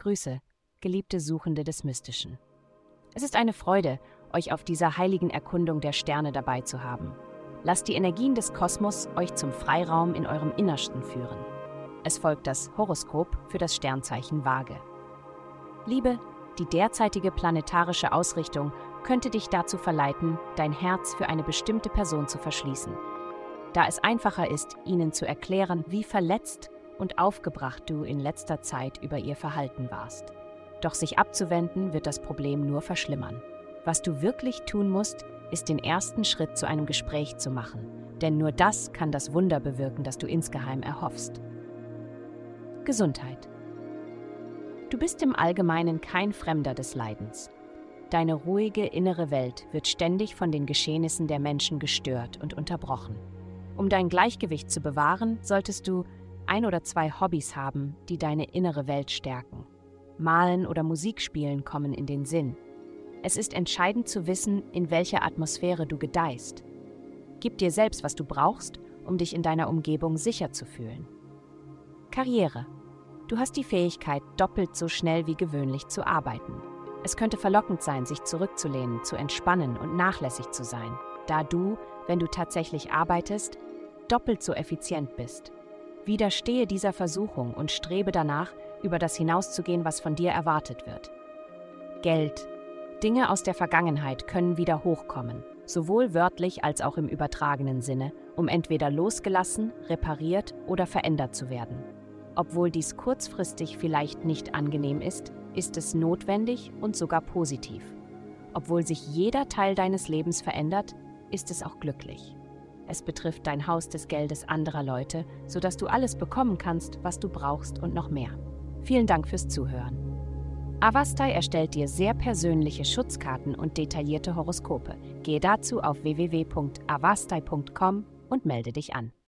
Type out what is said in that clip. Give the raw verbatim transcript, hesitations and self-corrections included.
Grüße, geliebte Suchende des Mystischen. Es ist eine Freude, euch auf dieser heiligen Erkundung der Sterne dabei zu haben. Lasst die Energien des Kosmos euch zum Freiraum in eurem Innersten führen. Es folgt das Horoskop für das Sternzeichen Waage. Liebe, die derzeitige planetarische Ausrichtung könnte dich dazu verleiten, dein Herz für eine bestimmte Person zu verschließen, da es einfacher ist, ihnen zu erklären, wie verletzt und aufgebracht du in letzter Zeit über ihr Verhalten warst. Doch sich abzuwenden wird das Problem nur verschlimmern. Was du wirklich tun musst, ist den ersten Schritt zu einem Gespräch zu machen, denn nur das kann das Wunder bewirken, das du insgeheim erhoffst. Gesundheit. Du bist im Allgemeinen kein Fremder des Leidens. Deine ruhige innere Welt wird ständig von den Geschehnissen der Menschen gestört und unterbrochen. Um dein Gleichgewicht zu bewahren, solltest du ein oder zwei Hobbys haben, die deine innere Welt stärken. Malen oder Musik spielen kommen in den Sinn. Es ist entscheidend zu wissen, in welcher Atmosphäre du gedeihst. Gib dir selbst, was du brauchst, um dich in deiner Umgebung sicher zu fühlen. Karriere. Du hast die Fähigkeit, doppelt so schnell wie gewöhnlich zu arbeiten. Es könnte verlockend sein, sich zurückzulehnen, zu entspannen und nachlässig zu sein, da du, wenn du tatsächlich arbeitest, doppelt so effizient bist. Widerstehe dieser Versuchung und strebe danach, über das hinauszugehen, was von dir erwartet wird. Geld. Dinge aus der Vergangenheit können wieder hochkommen, sowohl wörtlich als auch im übertragenen Sinne, um entweder losgelassen, repariert oder verändert zu werden. Obwohl dies kurzfristig vielleicht nicht angenehm ist, ist es notwendig und sogar positiv. Obwohl sich jeder Teil deines Lebens verändert, ist es auch glücklich. Es betrifft dein Haus des Geldes anderer Leute, sodass du alles bekommen kannst, was du brauchst und noch mehr. Vielen Dank fürs Zuhören. Avastai erstellt dir sehr persönliche Schutzkarten und detaillierte Horoskope. Gehe dazu auf w w w punkt avastai punkt com und melde dich an.